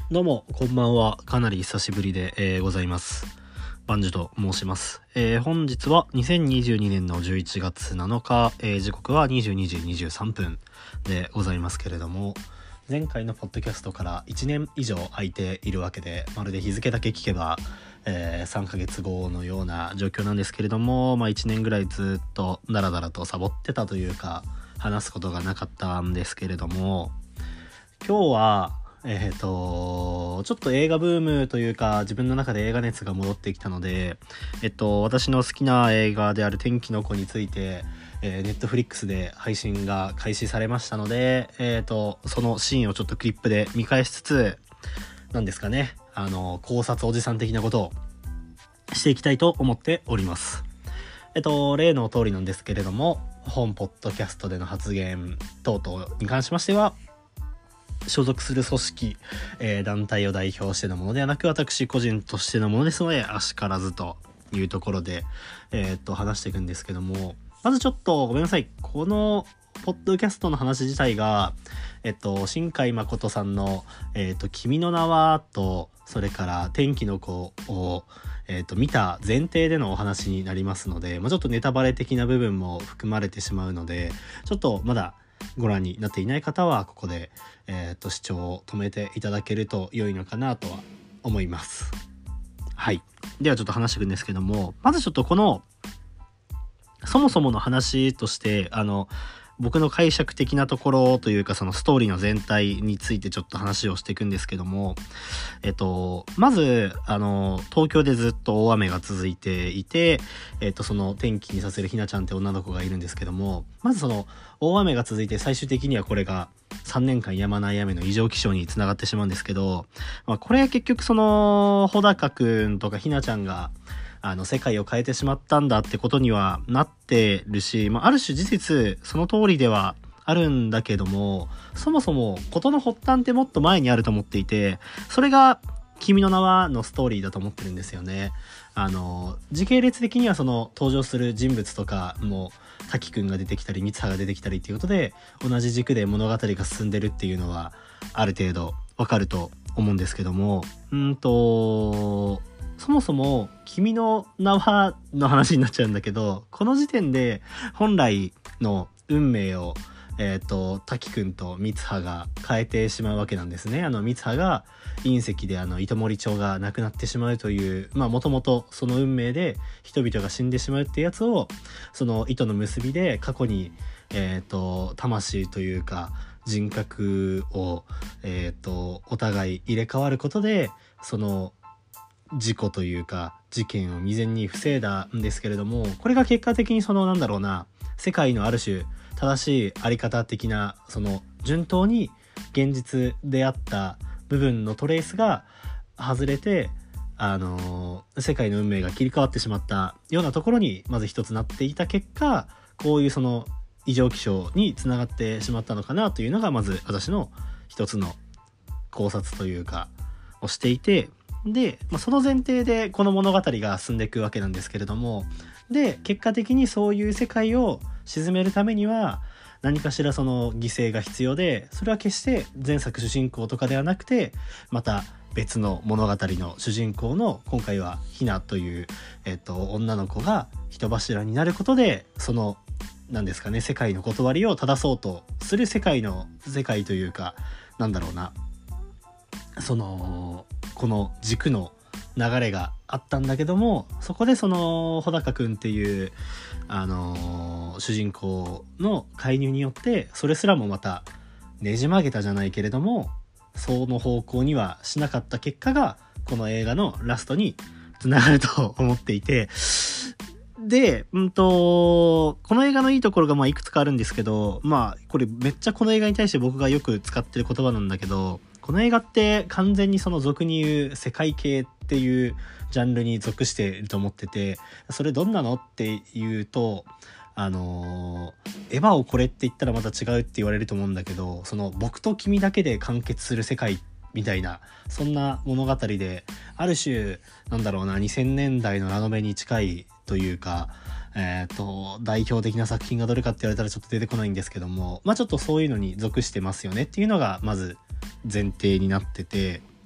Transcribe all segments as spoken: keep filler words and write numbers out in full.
どうもこんばんは。かなり久しぶりで、えー、ございます。バンジュと申します。えー、本日はにせんにじゅうにねんのじゅういちがつなのか、えー、時刻はにじゅうにじにじゅうさんぷんでございますけれども、前回のポッドキャストからいちねん以上空いているわけで、まるで日付だけ聞けば、えー、さんかげつごのような状況なんですけれども、まあ、いちねんぐらいずっとダラダラとサボってたというか、話すことがなかったんですけれども、今日はえっと、ちょっと映画ブームというか、自分の中で映画熱が戻ってきたので、えっと、私の好きな映画である天気の子について、えー、ネットフリックスで配信が開始されましたので、えっと、そのシーンをちょっとクリップで見返しつつ、なんですかね、あの、考察おじさん的なことをしていきたいと思っております。えっと、例の通りなんですけれども、本ポッドキャストでの発言等々に関しましては、所属する組織、えー、団体を代表してのものではなく、私個人としてのものですので、あしからずというところで、えー、っと話していくんですけども、まずちょっとごめんなさい。このポッドキャストの話自体が、えっと新海誠さんのえー、っと君の名はと、それから天気の子をえー、っと見た前提でのお話になりますので、まあ、ちょっとネタバレ的な部分も含まれてしまうので、ちょっとまだご覧になっていない方はここで、えー、と視聴を止めていただけると良いのかなとは思います。はい。ではちょっと話していくんですけども、まずちょっとこのそもそもの話として、あの僕の解釈的なところというか、そのストーリーの全体についてちょっと話をしていくんですけども、えっと、まず、あの、東京でずっと大雨が続いていて、えっと、その天気にさせるひなちゃんって女の子がいるんですけども、まずその大雨が続いて最終的にはこれがさんねんかん止まない雨の異常気象につながってしまうんですけど、まあ、これは結局その、穂高くんとかひなちゃんが、あの世界を変えてしまったんだってことにはなってるし、まあ、ある種事実その通りではあるんだけども、そもそも事の発端ってもっと前にあると思っていて、それが君の名はのストーリーだと思ってるんですよね。あの時系列的にはその登場する人物とかも滝くんが出てきたり三葉が出てきたりっていうことで、同じ軸で物語が進んでるっていうのはある程度わかると思うんですけども、うんとそもそも君の名はの話になっちゃうんだけど、この時点で本来の運命をえっと滝くんと三葉が変えてしまうわけなんですね。あの三葉が隕石であの糸守町がなくなってしまうという、まあもともとその運命で人々が死んでしまうってやつを、その糸の結びで過去にえっと魂というか人格をえっとお互い入れ替わることで、その事故というか事件を未然に防いだんですけれども、これが結果的にそのなんだろうな、世界のある種正しいあり方的な、その順当に現実であった部分のトレースが外れて、あのー、世界の運命が切り替わってしまったようなところにまず一つなっていた結果、こういうその異常気象につながってしまったのかなというのがまず私の一つの考察というかをしていて、で、まあ、その前提でこの物語が進んでいくわけなんですけれども、で結果的にそういう世界を沈めるためには何かしらその犠牲が必要で、それは決して前作主人公とかではなくて、また別の物語の主人公の今回はひなという、えっと、女の子が人柱になることで、その何ですかね、世界の断りを正そうとする世界の世界というか、なんだろうな、そのこの軸の流れがあったんだけども、そこでその穂高くんっていうあのー、主人公の介入によってそれすらもまたねじ曲げたじゃないけれども、その方向にはしなかった結果がこの映画のラストにつながると思っていて、で、うんとこの映画のいいところがまあいくつかあるんですけど、まあこれめっちゃこの映画に対して僕がよく使ってる言葉なんだけど、この映画って完全にその俗に言う世界系っていうジャンルに属していると思ってて、それどんなのっていうと、あのー、エヴァをこれって言ったらまた違うって言われると思うんだけど、その僕と君だけで完結する世界みたいな、そんな物語で、ある種なんだろうな、にせんねんだいのラノベに近いというか、えー、と代表的な作品がどれかって言われたらちょっと出てこないんですけども、まあちょっとそういうのに属してますよねっていうのがまず前提になってて、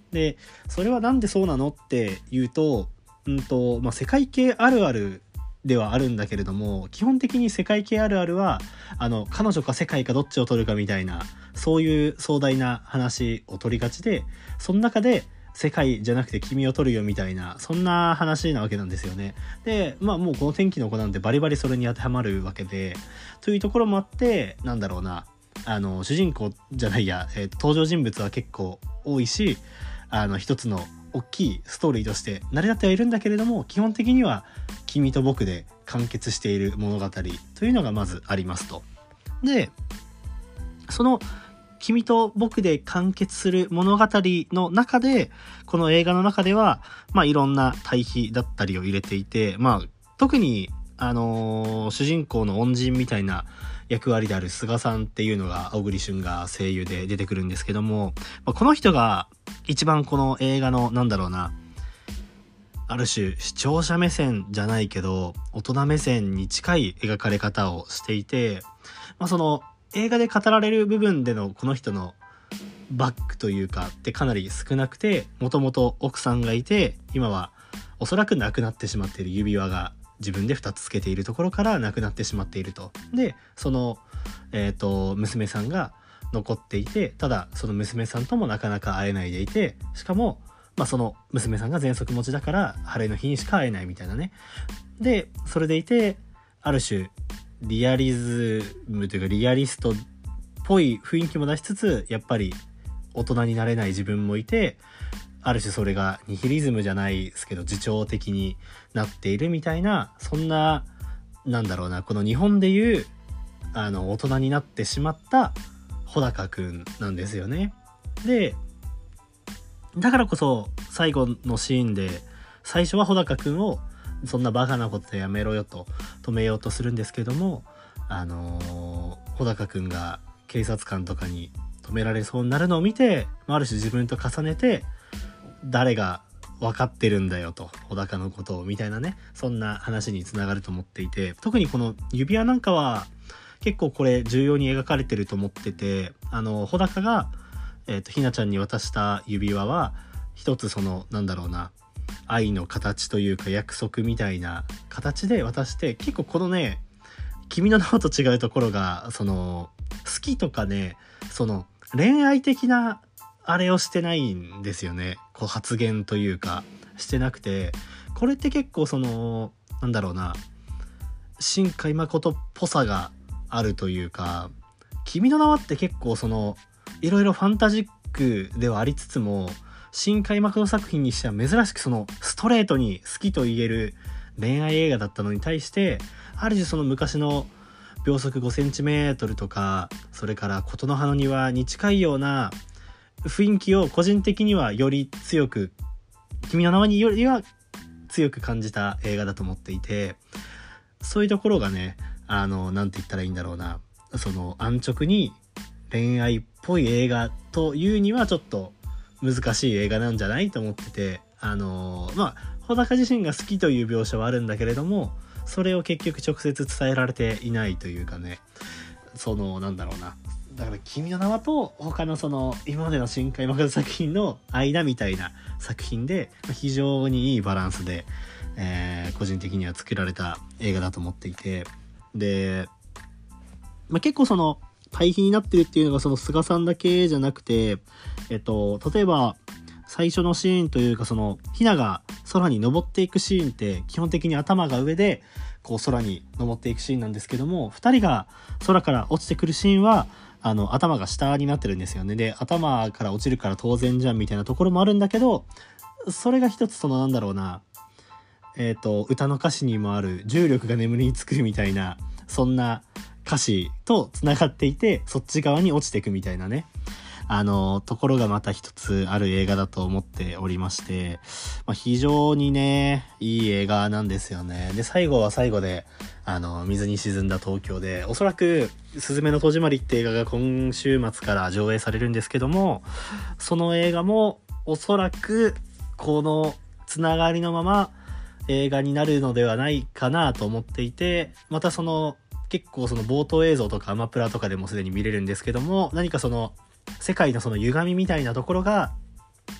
でそれはなんでそうなのっていうと、うんとまあ、世界系あるあるではあるんだけれども、基本的に世界系あるあるはあの彼女か世界かどっちを取るかみたいな、そういう壮大な話を取りがちで、その中で世界じゃなくて君を取るよみたいな、そんな話なわけなんですよね。でまあもうこの天気の子なんてバリバリそれに当てはまるわけで、というところもあって、なんだろうな、あの主人公じゃないや、えー、登場人物は結構多いし、あの一つの大きいストーリーとして成り立ってはいるんだけれども、基本的には君と僕で完結している物語というのがまずありますと。でその君と僕で完結する物語の中で、この映画の中ではまあいろんな対比だったりを入れていて、まあ特にあのー、主人公の恩人みたいな役割である菅さんっていうのが、小栗旬が声優で出てくるんですけども、まあ、この人が一番この映画のなんだろうな、ある種視聴者目線じゃないけど大人目線に近い描かれ方をしていて、まあ、その映画で語られる部分でのこの人のバックというかってかなり少なくて、もともと奥さんがいて、今はおそらく亡くなってしまっている指輪が自分でふたつつけているところから亡くなってしまっていると。でその、えーと、娘さんが残っていて、ただその娘さんともなかなか会えないでいて、しかも、まあ、その娘さんが喘息持ちだから晴れの日にしか会えないみたいなね。でそれでいて、ある種リアリズムというかリアリストっぽい雰囲気も出しつつ、やっぱり大人になれない自分もいて、ある種それがニヒリズムじゃないですけど自重的になっているみたいな、そんな、なんだろうな、この日本でいうあの大人になってしまった穂高くんなんですよね。でだからこそ最後のシーンで、最初は穂高くんをそんなバカなことやめろよと止めようとするんですけども、あのー、穂高くんが警察官とかに止められそうになるのを見て、ある種自分と重ねて、誰が分かってるんだよと、穂高のことをみたいなね、そんな話につながると思っていて、特にこの指輪なんかは結構これ重要に描かれてると思ってて、あの穂高が、えーと、ひなちゃんに渡した指輪は一つそのなんだろうな、愛の形というか約束みたいな形で渡して、結構このね、君の名はと違うところが、その好きとかね、その恋愛的なあれをしてないんですよね。こう発言というかしてなくて、これって結構そのなんだろうな、新海誠っぽさがあるというか、君の名はって結構そのいろいろファンタジックではありつつも、新海誠作品にしては珍しくそのストレートに好きと言える恋愛映画だったのに対して、ある種その昔の秒速ごセンチメートルとか、それから琴の葉の庭に近いような雰囲気を個人的にはより強く、君の名はによりは強く感じた映画だと思っていて、そういうところがね、あのなんて言ったらいいんだろうな、その安直に恋愛っぽい映画というにはちょっと難しい映画なんじゃないと思ってて、あのまあ穂高自身が好きという描写はあるんだけれども、それを結局直接伝えられていないというかね、そのなんだろうな、だから君の名はと他のその今までの新海誠作品の間みたいな作品で非常にいいバランスで、えー、個人的には作られた映画だと思っていて、で、まあ、結構その対比になってるっていうのがその菅さんだけじゃなくて、えっと例えば最初のシーンというか、そのヒナが空に登っていくシーンって基本的に頭が上でこう空に登っていくシーンなんですけども、ふたりが空から落ちてくるシーンはあの頭が下になってるんですよね。で頭から落ちるから当然じゃんみたいなところもあるんだけど、それが一つそのなんだろうな、えっと歌の歌詞にもある重力が眠りにつくみたいな、そんな歌詞とつながっていて、そっち側に落ちていくみたいなね、あのところがまた一つある映画だと思っておりまして、まあ、非常にねいい映画なんですよね。で最後は最後であの水に沈んだ東京で、おそらくすずめの戸締まりって映画が今週末から上映されるんですけども、その映画もおそらくこのつながりのまま映画になるのではないかなと思っていて、またその結構その冒頭映像とかアマプラとかでもすでに見れるんですけども、何かその世界のその歪みみたいなところが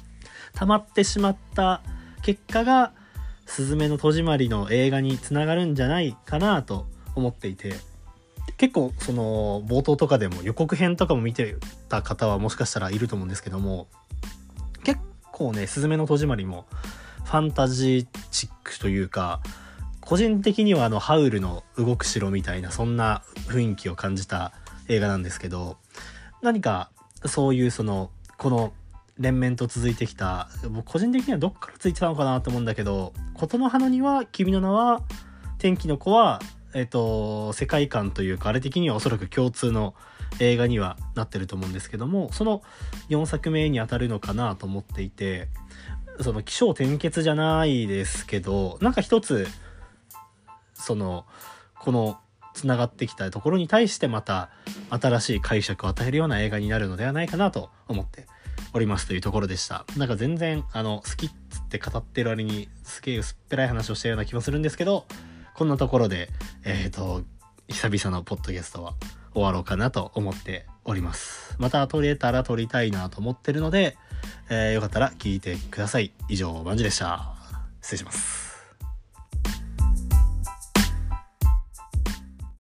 溜まってしまった結果がすずめの戸締まりの映画につながるんじゃないかなと思っていて、結構その冒頭とかでも予告編とかも見てた方はもしかしたらいると思うんですけども、結構ねすずめの戸締まりもファンタジーチックというか、個人的にはあのハウルの動く城みたいなそんな雰囲気を感じた映画なんですけど、何かそういうそのこの連綿と続いてきた、僕個人的にはどっからついてたのかなと思うんだけど、琴の花には君の名は、天気の子はえっと世界観というかあれ的にはおそらく共通の映画にはなってると思うんですけども、そのよんさくめにあたるのかなと思っていて、その起承転結じゃないですけど、なんか一つそのこのつながってきたところに対してまた新しい解釈を与えるような映画になるのではないかなと思っておりますというところでした。なんか全然あの好きっつって語ってる割にすげえ薄っぺらい話をしたような気もするんですけど、こんなところでえっと久々のポッドキャストは終わろうかなと思っております。また撮れたら撮りたいなと思ってるので、えー、よかったら聞いてください。以上、バンジでした。失礼します。